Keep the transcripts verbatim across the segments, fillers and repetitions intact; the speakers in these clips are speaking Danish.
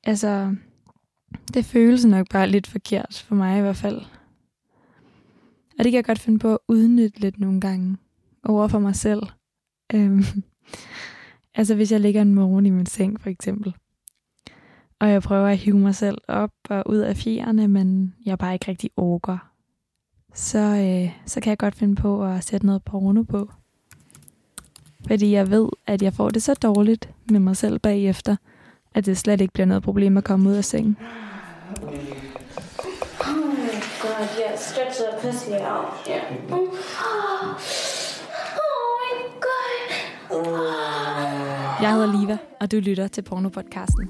Altså, det føles nok bare lidt forkert for mig i hvert fald. Og det kan jeg godt finde på at udnytte lidt nogle gange over for mig selv. Øhm, altså hvis jeg ligger en morgen i min seng for eksempel, og jeg prøver at hive mig selv op og ud af fjerne, men jeg bare ikke rigtig orker, så, øh, så kan jeg godt finde på at sætte noget porno på. Fordi jeg ved, at jeg får det så dårligt med mig selv bagefter, at det slet ikke bliver noget problem at komme ud af sengen. Oh my god, yeah, stretch that pussy out. Yeah. Oh, oh my god. Jeg hedder Liva, og du lytter til Porno-podcasten.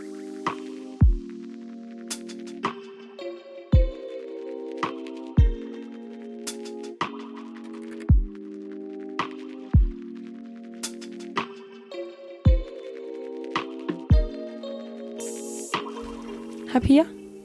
Hej piger.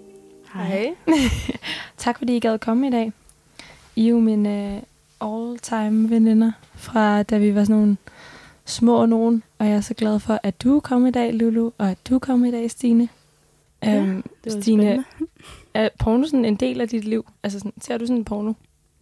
Hej. Tak fordi I gad komme i dag. I er jo mine uh, all-time veninder fra da vi var sådan nogle små nogen. Og jeg er så glad for, at du kom i dag, Lulu, og at du kom i dag, Stine. Ja, um, det var Stine, spændende. er porno sådan en del af dit liv? Altså, sådan, ser du sådan en porno?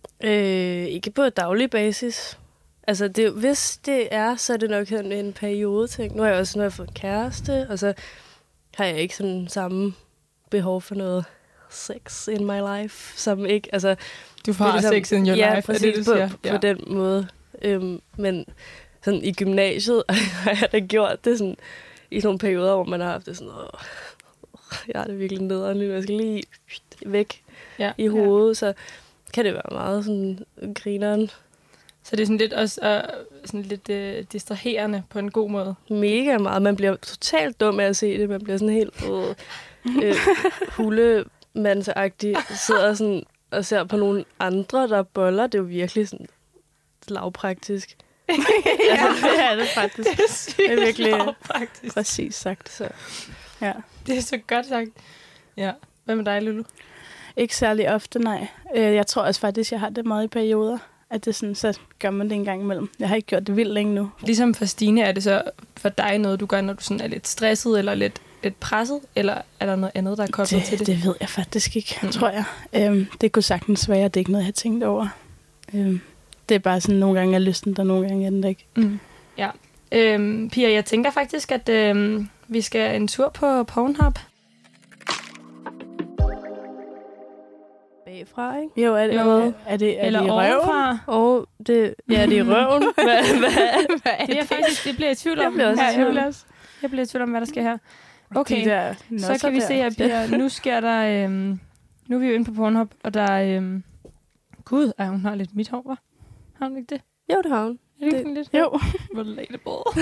Øh, ikke på daglig basis. Altså, det, hvis det er, så er det nok sådan en periode-ting. Nu har jeg også nu har jeg fået en kæreste, og så har jeg ikke sådan samme behov for noget sex in my life, som ikke, altså... Du det er ligesom- sex in your ja, life, præcis, er det, du på, siger? på den måde. Øhm, men sådan i gymnasiet har jeg da gjort det sådan, i nogle perioder, hvor man har haft det sådan, åh, jeg har det virkelig nederen, jeg skal lige væk Ja. i hovedet, så kan det være meget sådan grineren. Så det er sådan lidt, også, uh, sådan lidt uh, distraherende på en god måde. Mega meget. Man bliver totalt dum af at se det. Man bliver sådan helt øh, øh, hulemandsagtig. Sidder sådan og ser på nogle andre, der boller. Det er jo virkelig sådan lavpraktisk. Ja, det er det faktisk. Det er sygt Det er virkelig lavpraktisk. præcis sagt. Så. Ja. Det er så godt sagt. Ja. Hvad med dig, Lulu? Ikke særlig ofte, nej. Øh, Jeg tror også faktisk, jeg har det meget i perioder. At det sådan, så gør man det en gang imellem. Jeg har ikke gjort det vildt længe nu. Ligesom for Stine, er det så for dig noget, du gør, når du sådan er lidt stresset eller lidt, lidt presset? Eller er der noget andet, der er koblet til Det, det? det ved jeg faktisk ikke, Mm. mm. tror jeg. Øhm, det kunne sagtens være, at det ikke er noget, jeg har tænkt over. Øhm, det er bare sådan, nogle gange er lysten der, nogle gange er den der ikke. Mm. Ja. Øhm, Pia, jeg tænker faktisk, at øhm, vi skal en tur på Pornhub. Bagfra, ikke? Jo, er det, Jo. er, er det, er Eller det i røven? ovenfra. Og det, ja, det er røven. Hvad, hvad, hvad er Det er faktisk, det bliver jeg i tvivl om. Jeg bliver også i Her, tvivl. jeg, jeg bliver i tvivl om, hvad der sker her. Okay. De der Så kan vi der. se, at Pia, nu sker der... Øhm, nu er vi jo inde på Pornhub, og der er... Øhm, Gud, ej, hun har lidt mit hår, hva'? Har hun ikke det? Jo, det har hun. Er det ikke Det- sådan lidt? Jo. Relatable.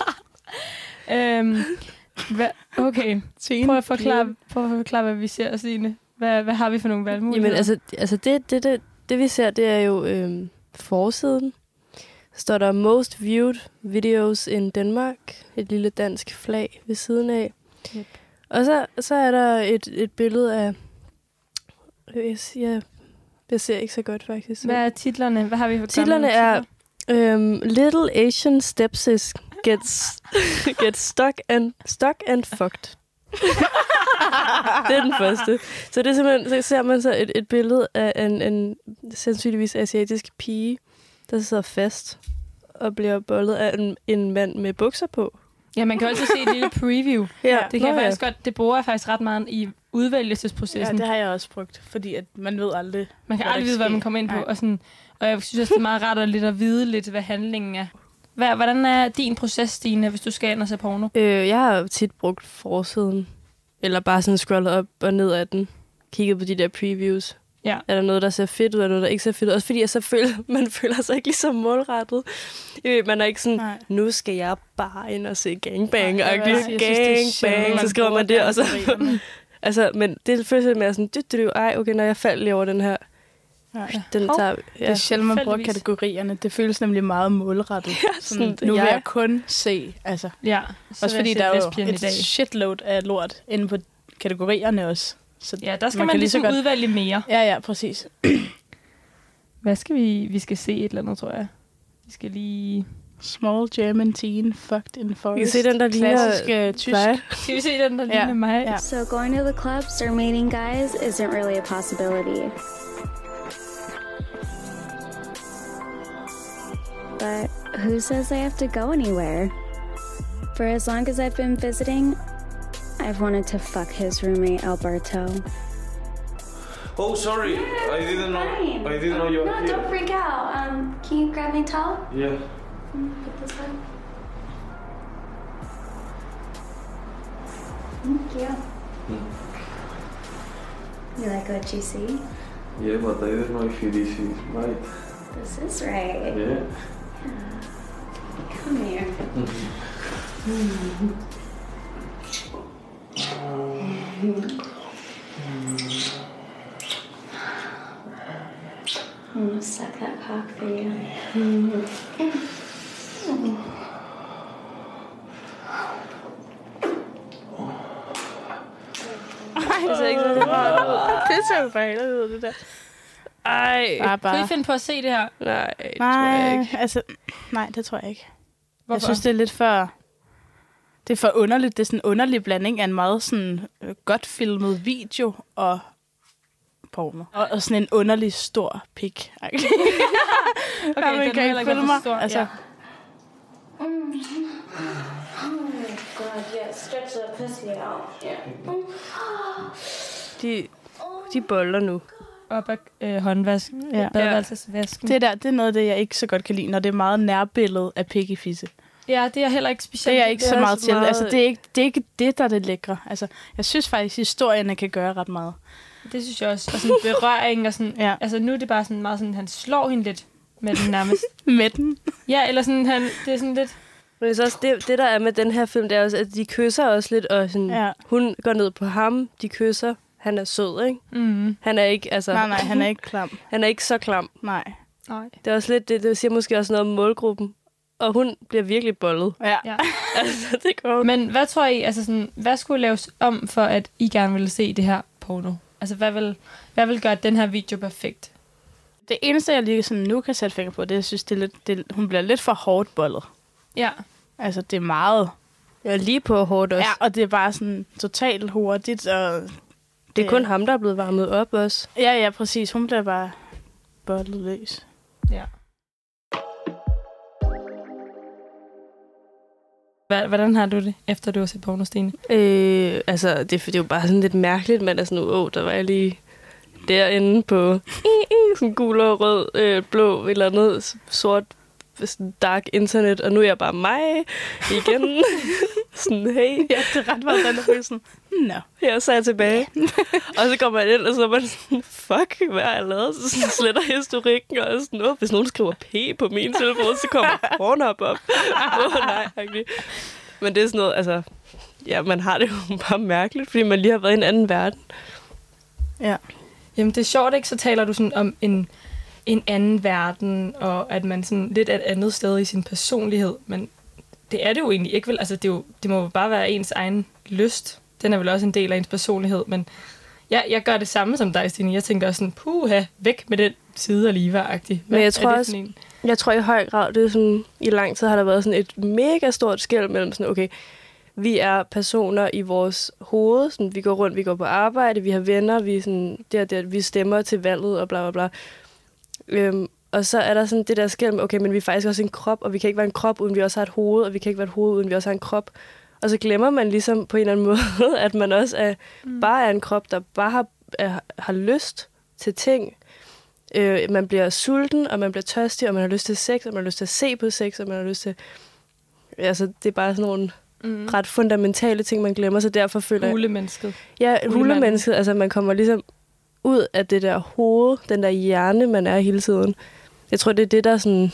øhm, hvad, okay, Teen. prøv at forklare, prøv at forklare, hvad vi ser, Signe. Hvad, hvad har vi for nogle valgmuligheder? Jamen, altså, altså det, det, det, det, vi ser, det er jo øhm, forsiden. Så står der Most Viewed Videos in Denmark. Et lille dansk flag ved siden af. Yep. Og så, så er der et, et billede af... Jeg, siger, jeg ser ikke så godt, faktisk. Hvad er titlerne? Hvad har vi for Titlerne gamle er titler? øhm, Little Asian Stepsis gets, gets stuck, and, stuck and fucked. Det er den første. Så det er simpelthen, så ser man så et, et billede af en, en sandsynligvis asiatisk pige, der sidder fast og bliver bollet af en, en mand med bukser på. Ja, man kan også se et lille preview. Ja, Det kan nå jeg ja. faktisk godt, det bruger jeg faktisk ret meget i udvælgelsesprocessen. Ja, det har jeg også brugt, fordi at man ved aldrig, Man kan hvad aldrig der vide, hvad sker. man kommer ind på. Nej. Og, sådan, og jeg synes også, det er meget rart at, lidt at vide lidt, hvad handlingen er. Hvad, hvordan er din proces, Stine, hvis du skal ind og se porno? Øh, jeg har tit brugt forsiden, eller bare sådan scrollet op og ned af den. Kigget på de der previews. Ja. Er der noget, der ser fedt ud, er der noget, der ikke ser fedt ud? Også fordi jeg så føler, man føler sig ikke lige så målrettet. Øh, Man er ikke sådan, Nej. nu skal jeg bare ind og se gangbang. Nej, jeg vil også sige, jeg synes, det er Gangbang. sjældent, Så man skriver man bruger det, og så... kategorierne. altså, men det føles lidt mere sådan, det, det, ej, okay, når jeg faldt lige over den her, Ja. den Hov. tager... Det er sjældent, man bruger tilfældigvis. kategorierne. Det føles nemlig meget målrettet. Sådan, sådan, nu vil jeg- jeg kun se, altså. Ja, så Også vil fordi jeg der er se jo lesbien i et dag. shitload af lort inde på kategorierne også. Så Ja, der skal man man, kan man lige så ligesom godt- udvælge mere. Ja, ja, præcis. Hvad skal vi... Vi skal se et eller andet, tror jeg. Vi skal lige Small German teen fucked in forest. Vi kan se den, der ligner klassisk uh, tysk. dig. Skal vi se den, der ligner Ja. mig? Ja. So going to the clubs or meeting guys isn't really a possibility. But who says I have to go anywhere? For as long as I've been visiting, I've wanted to fuck his roommate Alberto. Oh, sorry. I didn't know. I didn't know you were No, here. don't freak out. Um, can you grab me a towel? Yeah. Put this on. Thank you. You like what you see? Yeah, but I don't know if this is right. This is right. Yeah. Come here. I'm gonna suck that cock for you. Det ser ikke så meget. Det ser jo for helvede ud, det der. Ej. Bare, Kan vi bare. finde på at se det her? Nej, det Nej, tror jeg ikke. altså, nej, det tror jeg ikke. Hvorfor? Jeg synes, det er lidt for... Det er for underligt. Det er sådan en underlig blanding af en meget sådan, øh, godt filmet video og porno. Og, og sådan en underlig stor pik. Okay, Okay, den er heller ikke for stor. Altså, Ja. Oh God, yeah, stretch that pussy out. Yeah. De, de boller nu. Op ad øh, håndvask. Ja. Badeværelsesvasken. det, der, det er noget af det, jeg ikke så godt kan lide, når det er meget nærbillede af pik i fisse. Ja, det er heller ikke specielt. Det er jeg ikke det så er meget så til. meget- Altså, det, er ikke, det er ikke det, der er det lækre. Altså, jeg synes faktisk, at historierne kan gøre ret meget. Det synes jeg også. Og sådan berøring og sådan... Ja. Altså nu er det bare sådan meget sådan, han slår hende lidt med den nærmest. Med den. Ja, eller sådan, han, det er sådan lidt... Men det, er så også det, det, der er med den her film, det er også, at de kysser også lidt, og sådan, Ja. hun går ned på ham, de kysser. Han er sød, ikke? Mm. Han er ikke, altså, Nej, nej, han er ikke klam. han er ikke så klam. Nej. Nej. Det er også lidt, det, det siger måske også noget om målgruppen. Og hun bliver virkelig bollet. Ja. Ja. Altså, det går. Men hvad tror I, altså sådan, hvad skulle laves om, for at I gerne ville se det her porno? Altså, hvad vil, hvad vil gøre den her video perfekt? Det eneste, jeg lige sådan nu kan sætte finger på, det er, jeg synes, det er lidt, det, hun bliver lidt for hårdt bollet. Ja. Altså, det er meget... Jeg er lige på hårdt også. Ja, og det er bare sådan totalt hurtigt, og... Det er kun ham, der er blevet varmet op også. Ja, ja, præcis. Hun bliver bare bollet løs. Ja. Hvordan har du det, efter du har set porno, Stine? Øh, altså, det, det er jo bare sådan lidt mærkeligt, men er sådan, åh, der var jeg lige derinde på sådan gul og rød, øh, blå, et eller andet sort, sådan dark internet, og nu er jeg bare mig igen. Sådan, hey. Ja, det er ret meget den der sådan, no. Her så er jeg tilbage. Og så kommer man ind, og så er man sådan, fuck, hvad har jeg lavet? Så sådan sletter historikken, og sådan, åh, hvis nogen skriver P på min telefon, så kommer Pornhub op. Åh, oh, nej, okay. Men det er sådan noget, altså, ja, man har det jo bare mærkeligt, fordi man lige har været i en anden verden. Ja. Jamen, det er sjovt, ikke? Så taler du sådan om en, en anden verden, og at man sådan lidt er et andet sted i sin personlighed, men det er det jo egentlig ikke, vel? Altså, det, er jo, det må jo bare være ens egen lyst. Den er vel også en del af ens personlighed, men ja, jeg gør det samme som dig, Stine. Jeg tænker også sådan, puha, væk med den side og ligevægtig. Men jeg tror også, jeg tror i høj grad, det er sådan, i lang tid har der været sådan et mega stort skel mellem sådan, okay, vi er personer i vores hoved, sådan, vi går rundt, vi går på arbejde, vi har venner, vi, er sådan, der, der, vi stemmer til valget og bla bla bla. Øhm, og så er der sådan det der skel med, okay, men vi er faktisk også en krop, og vi kan ikke være en krop, uden vi også har et hoved, og vi kan ikke være et hoved, uden vi også har en krop. Og så glemmer man ligesom på en eller anden måde, at man også er, mm. bare er en krop, der bare har, er, har lyst til ting. Øh, man bliver sulten, og man bliver tørstig, og man har lyst til sex, og man har lyst til at se på sex, og man har lyst til... Altså, det er bare sådan nogle mm. ret fundamentale ting, man glemmer, så derfor føler jeg... Hulemennesket. Ja, hulemennesket. Altså, man kommer ligesom ud af det der hoved, den der hjerne, man er hele tiden. Jeg tror, det er det, der sådan...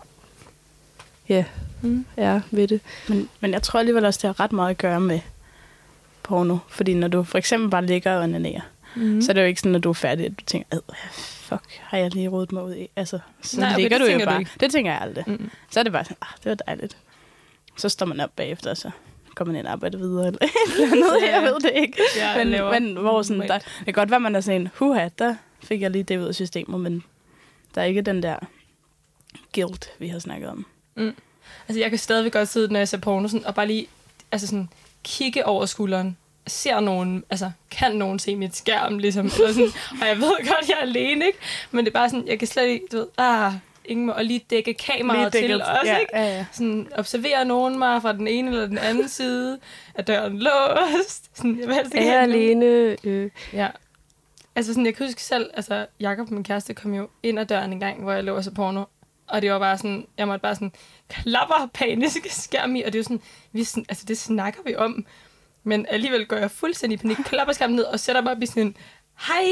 Ja, mm. er ved det. Men, men jeg tror alligevel også, det har ret meget at gøre med porno. Fordi når du for eksempel bare ligger og onanerer, mm. så er det jo ikke sådan, når du er færdig, at du tænker, fuck, har jeg lige rodet mig ud i? Altså, så Nej, okay, ligger det du jo bare. Du det tænker jeg aldrig. Mm. Så er det bare sådan, ah, det var dejligt. Så står man op bagefter, og så kommer man ind og arbejder videre, eller noget, jeg ved det ikke. Ja, men, men hvor sådan, der, det kan godt være, man er sådan en, huha, der fik jeg lige det ud af systemet, men der er ikke den der guilt, vi har snakket om. Mm. Altså, jeg kan stadigvæk godt sidde, når jeg ser porno, sådan, og bare lige altså sådan, kigge over skulderen. Ser nogen, altså, kan nogen se mit skærm, ligesom, eller sådan, og jeg ved godt, jeg er alene, ikke? Men det er bare sådan, jeg kan slet ikke, du ved, ah, ingen må, og lige dække kameraet lige til også, ja, ikke? Ja, ja. Sådan, observerer nogen mig fra den ene eller den anden side, af døren låst. Sådan, jeg, helst ikke er jeg alene? Øh. Ja. Altså sådan, jeg kan huske selv, altså Jakob, min kæreste, kom jo ind ad døren en gang, hvor jeg lå og så porno. Og det var bare sådan, jeg måtte bare sådan klapper panisk skærm i, og det er jo sådan, vi sådan, altså det snakker vi om. Men alligevel går jeg fuldstændig i panik, klapper skærmen ned og sætter mig op i sådan en, hej,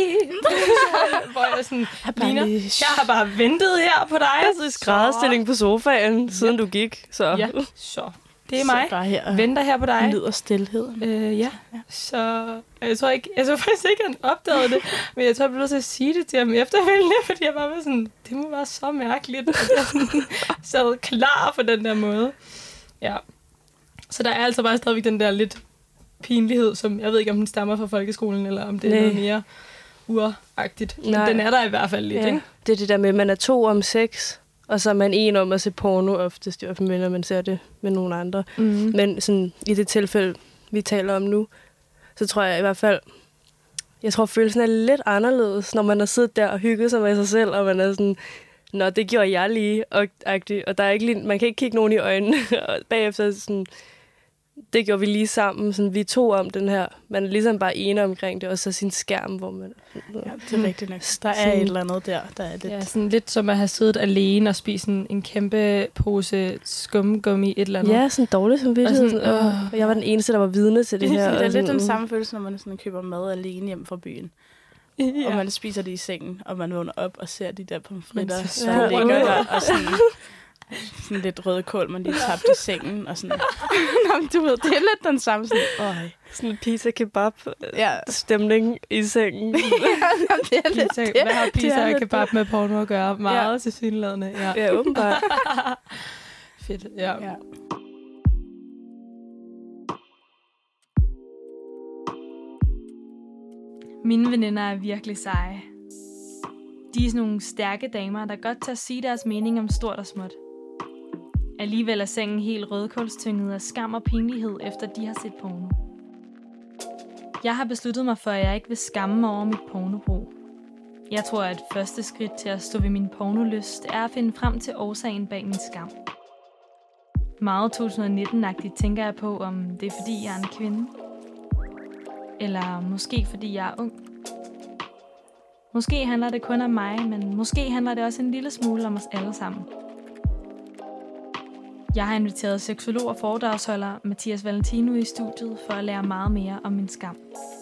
hvor jeg sådan ligner, jeg har bare ventet her på dig. Altså i skrædderstilling på sofaen, siden ja. du gik. Så. Ja, så det er mig. Så her venter her på dig. Nyder stilheden. Øh, ja. ja, så jeg tror, ikke, jeg tror faktisk ikke, han opdagede det, men jeg tror, jeg blev nødt til at sige det til ham efterfølgende, fordi jeg bare var sådan, det må være så mærkeligt, at jeg sådan, sad klar på den der måde. Ja. Så der er altså bare stadigvæk den der lidt pinlighed, som jeg ved ikke, om den stammer fra folkeskolen, eller om det er Nej. noget mere uragtigt. Men Nej. den er der i hvert fald lidt, ja. ikke? Det er det der med, at man er to om sex, og så er man en om at se porno oftest, i hvert fald når man ser det med nogle andre. Mm. Men sådan, i det tilfælde, vi taler om nu, så tror jeg i hvert fald, jeg tror følelsen er lidt anderledes, når man har siddet der og hygget sig med sig selv, og man er sådan, nå, det gjorde jeg lige, og, og der er ikke lige, man kan ikke kigge nogen i øjnene, og bagefter sådan, det gjorde vi lige sammen, sådan vi to om den her. Man er ligesom bare ene omkring det, og så sin skærm, hvor man... Ja, det er rigtigt nok. Der er et eller andet der, der er lidt... Ja, sådan lidt som at have siddet alene og spist en, en kæmpe pose skumgummi, et eller andet. Ja, sådan dårlig samvittighed. Og, sådan, øh, og jeg var den eneste, der var vidne til det her. Det er lidt den samme følelse, når man sådan køber mad alene hjem fra byen. Ja. Og man spiser det i sengen, og man vågner op og ser de der pomfritter, så ja. ligger der, og sådan... sådan lidt rødkål, man lige tabte i sengen, og sådan... Nå, du ved, det er lidt den samme sådan... Øj. Sådan en pizza kebab ja. stemning i sengen. Ja, det er lidt pizza, det. Hvad har pizza og kebab med porno at gøre? Meget ja. til synlædende. Ja, ja åbenbart. Fedt, ja. ja. Mine veninder er virkelig seje. De er sådan nogle stærke damer, der godt tør sige deres mening om stort og småt. Alligevel er sengen helt rødkålstynget af skam og pinlighed, efter de har set porno. Jeg har besluttet mig for, at jeg ikke vil skamme mig over mit pornobrug. Jeg tror, at første skridt til at stå ved min pornolyst er at finde frem til årsagen bag min skam. Meget to tusind nitten-agtigt tænker jeg på, om det er fordi, jeg er en kvinde. Eller måske fordi jeg er ung. Måske handler det kun om mig, men måske handler det også en lille smule om os alle sammen. Jeg har inviteret seksolog og foredragsholder Mathias Valentino i studiet for at lære meget mere om min skam.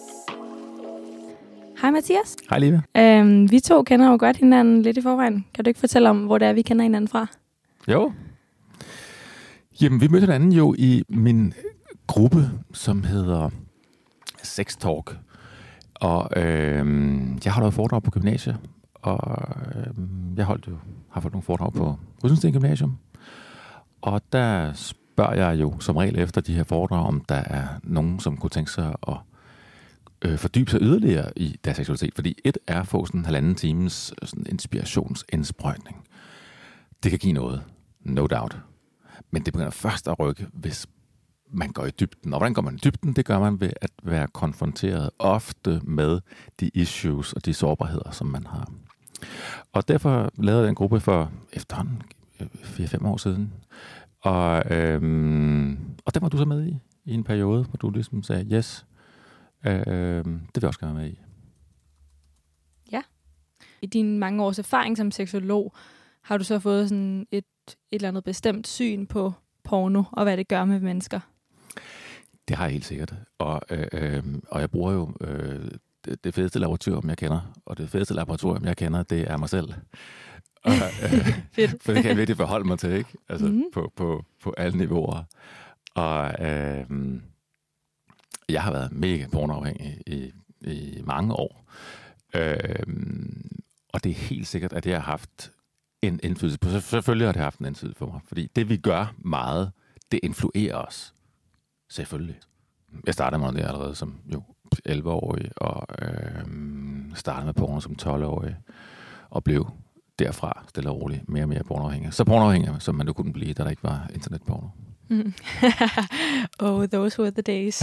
Hej Mathias. Hej Liva. Øhm, vi to kender jo godt hinanden lidt i forvejen. Kan du ikke fortælle om, hvor det er, vi kender hinanden fra? Jo. Jamen, vi mødte hinanden jo i min gruppe, som hedder Sex Talk. Og øh, jeg har lavet foredrag på gymnasiet, og øh, jeg holdt jo, har fået nogle foredrag på Rysensten Gymnasium. Og der spørger jeg jo som regel efter de her foredrag, om der er nogen, som kunne tænke sig at øh, fordybe sig yderligere i deres seksualitet. Fordi et er at få sådan en halvanden times sådan inspirationsindsprøjtning. Det kan give noget, no doubt. Men det begynder først at rykke, hvis man går i dybden. Og hvordan går man i dybden? Det gør man ved at være konfronteret ofte med de issues og de sårbarheder, som man har. Og derfor lavede jeg en gruppe for efterhånden fire fem år siden. Og, øhm, og den var du så med i, i en periode, hvor du ligesom sagde, yes, øhm, det vil jeg også gerne være med i. Ja. I din mange års erfaring som seksolog, har du så fået sådan et, et eller andet bestemt syn på porno, og hvad det gør med mennesker? Det har jeg helt sikkert. Og, øh, øh, og jeg bruger jo øh, det, det fedeste laboratorium, jeg kender. Og det fedeste laboratorium, jeg kender, det er mig selv. Og, øh, Fedt. For det kan jeg virkelig forholde mig til, ikke? Altså mm-hmm. på, på, på alle niveauer. Og øh, jeg har været mega pornoafhængig i, i mange år. Øh, og det er helt sikkert, at det har haft en indflydelse på. Selvfølgelig har det haft en indflydelse på mig. Fordi det, vi gør meget, det influerer os. Selvfølgelig. Jeg startede med det allerede som jo elleve-årig, og øh, startede med porno som tolv-årig, og blev derfra, stille og roligt, mere og mere pornoafhængig. Så pornoafhængig, som man jo kunne blive, da der ikke var internetporno. Mm. Oh, those were the days.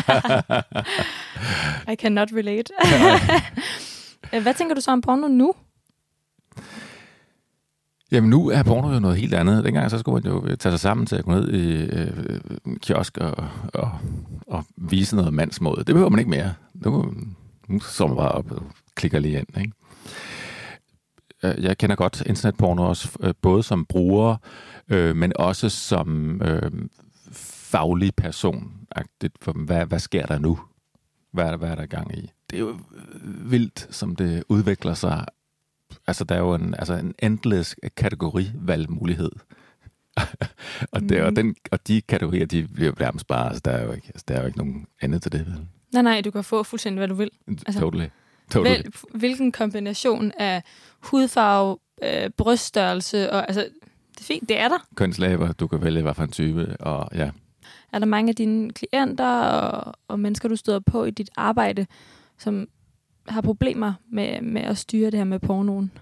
I cannot relate. Hvad tænker du så om porno nu? Jamen nu er porno jo noget helt andet. Dengang så skulle man jo tage sig sammen til at gå ned i øh, kiosk og, og, og vise noget mandsmåde. Det behøver man ikke mere. Nu, nu så man bare op og klikker lige ind. Ikke? Jeg kender godt internetporno også, både som bruger, øh, men også som øh, faglig person. Hvad, hvad sker der nu? Hvad er, hvad er der gang i? Det er jo vildt, som det udvikler sig. Altså, der er jo en, altså en endless kategorivalgmulighed. og, det, mm. og, den, og de kategorier, de bliver nærmest bare, altså, der er jo ikke, altså, der er jo ikke nogen andet til det. Vel? Nej, nej, du kan få fuldstændig, hvad du vil. Altså, totally. totally. Vel, hvilken kombination af hudfarve, øh, bryststørrelse, og altså, det er fint, det er der. Kønslæber, du kan vælge, hvad for en type, og ja. Er der mange af dine klienter og, og mennesker, du støder på i dit arbejde, som har problemer med, med at styre det her med pornoen?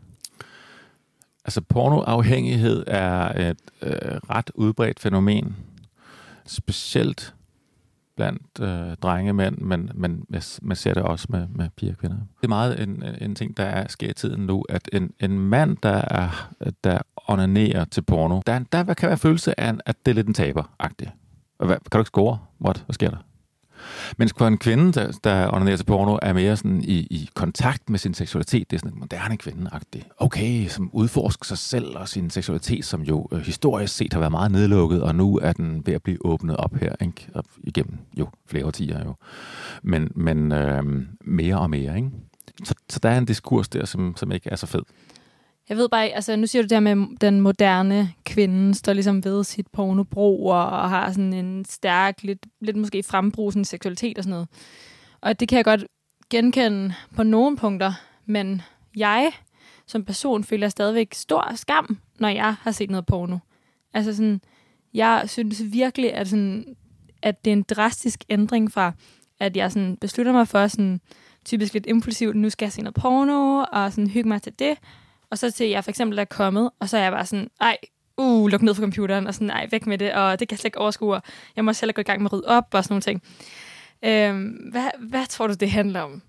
Altså, pornoafhængighed er et øh, ret udbredt fænomen. Specielt blandt øh, drengemænd, men, men man ser det også med, med piger og kvinder. Det er meget en, en ting, der er sker i tiden nu, at en, en mand, der, er, der onanerer til porno, der, der kan være følelse af, at det er lidt en taber-agtigt. Hvad, kan du ikke score? What? Hvad sker der? Men for en kvinde, der, der onanerer til porno, er mere sådan i, i kontakt med sin seksualitet. Det er sådan en moderne kvinde-agtigt. Okay, som udforsker sig selv og sin seksualitet, som jo øh, historisk set har været meget nedlukket, og nu er den ved at blive åbnet op her, ikke? Op igennem jo flere årtier jo. Men, men øh, mere og mere, ikke? Så, så der er en diskurs der, som, som ikke er så fed. Jeg ved bare, altså nu siger du det her med den moderne kvinde, står ligesom ved sit pornobrug og har sådan en stærk, lidt, lidt måske frembrusende seksualitet og sådan noget. Og det kan jeg godt genkende på nogle punkter, men jeg som person føler stadigvæk stor skam, når jeg har set noget porno. Altså sådan, jeg synes virkelig, at, sådan, at det er en drastisk ændring fra, at jeg sådan beslutter mig for sådan typisk lidt impulsivt, nu skal jeg se noget porno og sådan hygge mig til det. Og så til jeg for eksempel er kommet, og så er jeg bare sådan, ej, uh, luk ned for computeren, og sådan, ej, væk med det, og det kan jeg slet ikke overskue, og jeg må selv gå i gang med at rydde op, og sådan nogle ting. Øhm, hvad, hvad tror du, det handler om?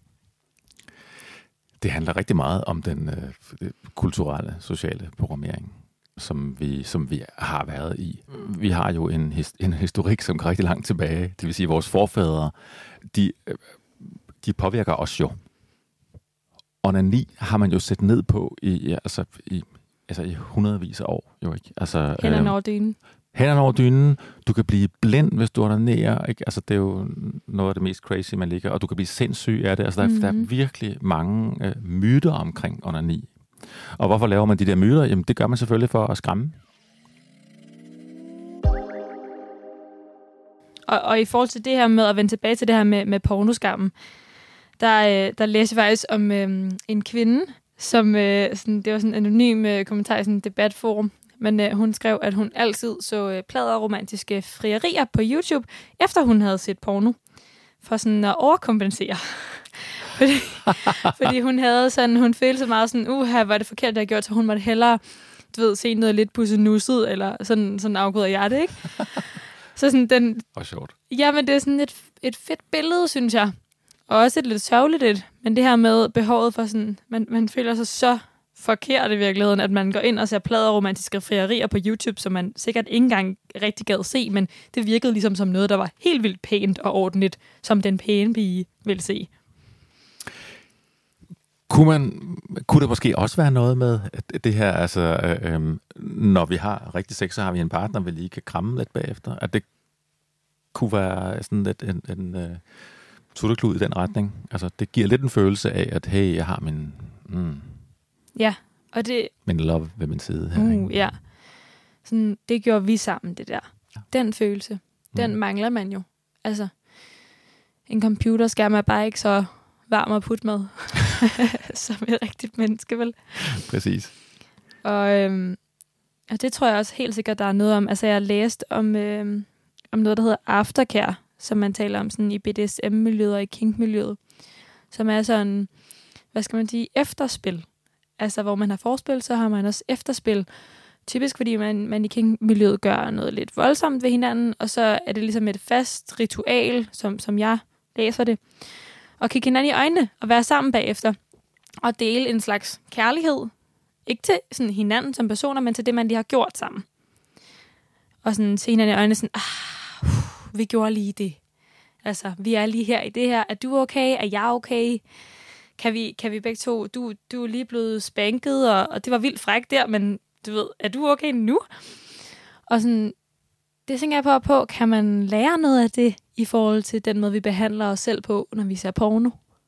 Det handler rigtig meget om den øh, kulturelle, sociale programmering, som vi, som vi har været i. Vi har jo en, his, en historik, som går rigtig langt tilbage. Det vil sige, at vores forfædre, de, de påvirker os jo. Onani har man jo set ned på i, altså, i, altså i hundredvis af år. Jo, ikke? Altså, hænderne over dynen. Hænderne over dynen. Du kan blive blind, hvis du onanerer. Ikke? Altså, det er jo noget af det mest crazy, man ligger. Og du kan blive sindssyg af det. Altså, der, mm-hmm. der er virkelig mange øh, myter omkring onani. Og hvorfor laver man de der myter? Jamen, det gør man selvfølgelig for at skræmme. Og, og i forhold til det her med at vende tilbage til det her med, med pornoskammen, Der, der læste jeg faktisk om øh, en kvinde, som øh, sådan, det var sådan en anonym øh, kommentar i sådan et debatforum, men øh, hun skrev, at hun altid så øh, pladeromantiske frierier på YouTube, efter hun havde set porno, for sådan at overkompensere. fordi, fordi hun havde sådan, hun følte så meget sådan, uha, var det forkert, det jeg gjort, så hun måtte hellere, du ved, se noget lidt pussenusset, eller sådan, sådan afgået af hjertet, ikke? Så sådan den... Og sjovt. Ja, men det er sådan et, et fedt billede, synes jeg. Og også et lidt sørgeligt et, men det her med behovet for sådan, man, man føler sig så forkert i virkeligheden, at man går ind og ser pladeromantiske frierier på YouTube, som man sikkert ikke engang rigtig gad se, men det virkede ligesom som noget, der var helt vildt pænt og ordentligt, som den pæne pige ville se. Kunne, man, kunne det måske også være noget med det her, altså øh, øh, når vi har rigtig sex, så har vi en partner, vi lige kan kramme lidt bagefter, at det kunne være sådan lidt en... en øh, tutteklud i den retning. Altså, det giver lidt en følelse af, at hey, jeg har min... Mm, ja, og det... Min love ved min side her. Uh, ikke? ja. Sådan, det gjorde vi sammen, det der. Den følelse, den mm. mangler man jo. Altså, en computerskærm er bare ikke så varm at putte med, som et rigtigt menneske, vel? Præcis. Og, øhm, og det tror jeg også helt sikkert, der er noget om. Altså, jeg har læst om, øhm, om noget, der hedder aftercare, som man taler om sådan i B D S M-miljøet og i kink-miljøet, som er sådan, hvad skal man sige, efterspil Altså, hvor man har forspil, så har man også efterspil. Typisk fordi man, man i kink-miljøet gør noget lidt voldsomt ved hinanden, og så er det ligesom et fast ritual, som, som jeg læser det, og kigge hinanden i øjnene og være sammen bagefter. Og dele en slags kærlighed. Ikke til sådan hinanden som personer, men til det, man lige har gjort sammen. Og sådan se hinanden i øjnene sådan, ah, uh, vi gjorde lige det. Altså, vi er lige her i det her. Er du okay? Er jeg okay? Kan vi, kan vi begge to? Du, du er lige blevet spanket, og, og det var vildt frækt der, men du ved, er du okay nu? Og sådan, det tænker jeg på, på, kan man lære noget af det i forhold til den måde, vi behandler os selv på, når vi ser porno?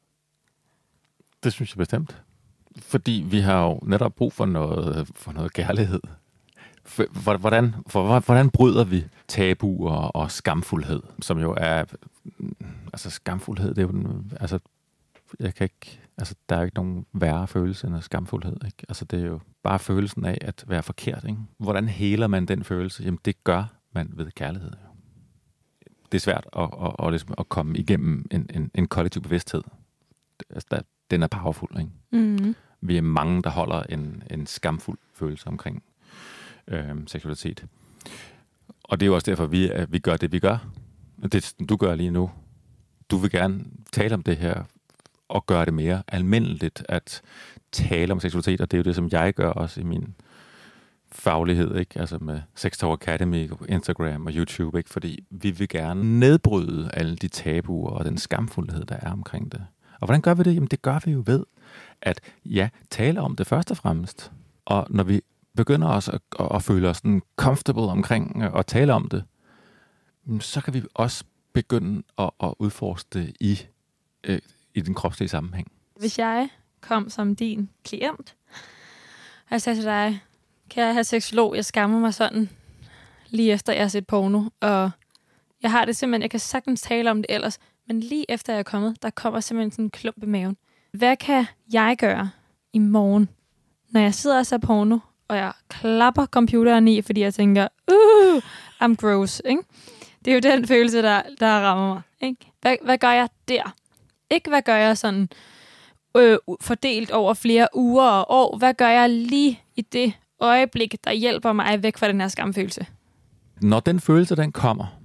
Det synes jeg bestemt. Fordi vi har jo netop brug for noget, for noget kærlighed. For, hvordan, for, hvordan bryder vi tabuer og skamfuldhed, som jo er... Altså skamfuldhed, det er jo den... Altså, jeg kan ikke... Altså, der er ikke nogen værre følelse end skamfuldhed, ikke? Altså, det er jo bare følelsen af at være forkert, ikke? Hvordan heler man den følelse? Jamen, det gør man ved kærlighed. Jo. Det er svært at, at, at, at, at komme igennem en, en, en kollektiv bevidsthed. Altså, der, den er powerful, ikke? Mm-hmm. Vi er mange, der holder en, en skamfuld følelse omkring øh, seksualitet. Og det er jo også derfor, vi, at vi gør det, vi gør. Det, du gør lige nu. Du vil gerne tale om det her, og gøre det mere almindeligt at tale om seksualitet, og det er jo det, som jeg gør også i min faglighed, ikke? Altså med Sex Talk Academy, Instagram og YouTube, ikke? Fordi vi vil gerne nedbryde alle de tabuer og den skamfuldhed, der er omkring det. Og hvordan gør vi det? Jamen det gør vi jo ved at ja, tale om det først og fremmest. Og når vi begynder også at, at, at føle os sådan comfortable omkring at tale om det, så kan vi også begynde at, at udforske det i, øh, i den kropslige sammenhæng. Hvis jeg kom som din klient, og jeg sagde til dig, kære herre seksolog, jeg skammer mig sådan lige efter jeg har set porno, og jeg har det simpelthen, jeg kan sagtens tale om det ellers, men lige efter jeg er kommet, der kommer simpelthen sådan en klump i maven. Hvad kan jeg gøre i morgen, når jeg sidder og ser porno, og jeg klapper computeren i, fordi jeg tænker, uh, I'm gross, ikke? Det er jo den følelse, der, der rammer mig, ikke? Hvad, hvad gør jeg der? Ikke hvad gør jeg sådan øh, fordelt over flere uger og år. Hvad gør jeg lige i det øjeblik, der hjælper mig væk fra den her skamfølelse? Når den følelse, den kommer,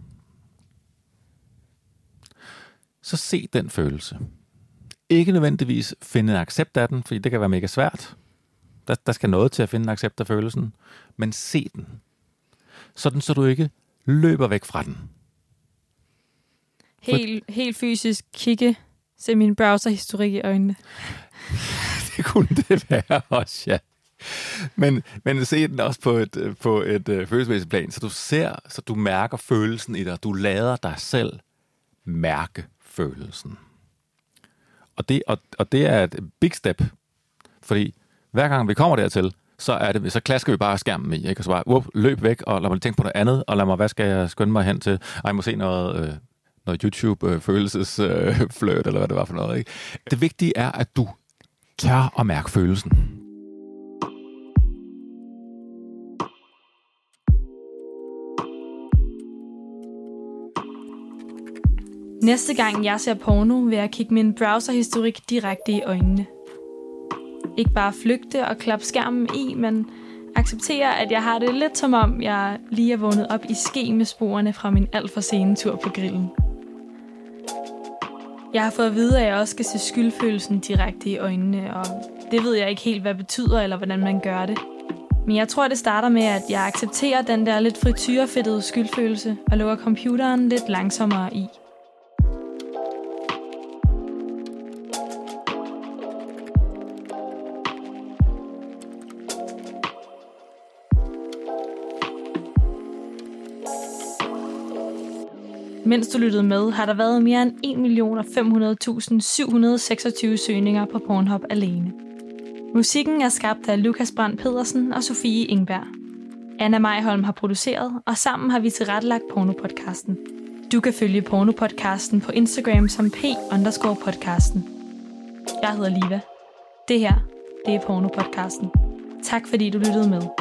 så se den følelse. Ikke nødvendigvis finde en accept af den, fordi det kan være mega svært. Der, der skal noget til at finde en accept af følelsen. Men se den. Sådan, så du ikke løber væk fra den. Helt, For... helt fysisk kigge, se min browserhistorik i øjnene. Det kunne det være også, ja. Men, men se den også på et, på et uh, følelsesmæssigt plan, så du ser, så du mærker følelsen i dig. Du lader dig selv mærke følelsen. Og det, og, og det er et big step, fordi hver gang vi kommer dertil, så er det, så klasker vi bare skærmen i, ikke? Og så bare, whoop, løb væk, og lad mig tænke på noget andet, og lad mig, hvad skal jeg skynde mig hen til? Ej, jeg må se noget, øh, noget YouTube-følelsesfløjt, øh, eller hvad det var for noget, ikke? Det vigtige er, at du tør at mærke følelsen. Næste gang jeg ser porno, vil jeg kigge min browserhistorik direkte i øjnene. Ikke bare flygte og klappe skærmen i, men acceptere, at jeg har det lidt som om, jeg lige er vågnet op i ske med sporene fra min alt for sene tur på grillen. Jeg har fået at vide, at jeg også skal se skyldfølelsen direkte i øjnene, og det ved jeg ikke helt, hvad det betyder, eller hvordan man gør det. Men jeg tror, det starter med, at jeg accepterer den der lidt frityrefedtede skyldfølelse, og lukker computeren lidt langsommere i. Mens du lyttede med, har der været mere end en million fem hundrede tusind syv hundrede seksogtyve søgninger på Pornhub alene. Musikken er skabt af Lukas Brandt Pedersen og Sofie Ingberg. Anna Mejholm har produceret, og sammen har vi tilrettelagt Pornopodcasten. Du kan følge Pornopodcasten på Instagram som p underscore podcasten. Jeg hedder Liva. Det her, det er Pornopodcasten. Tak fordi du lyttede med.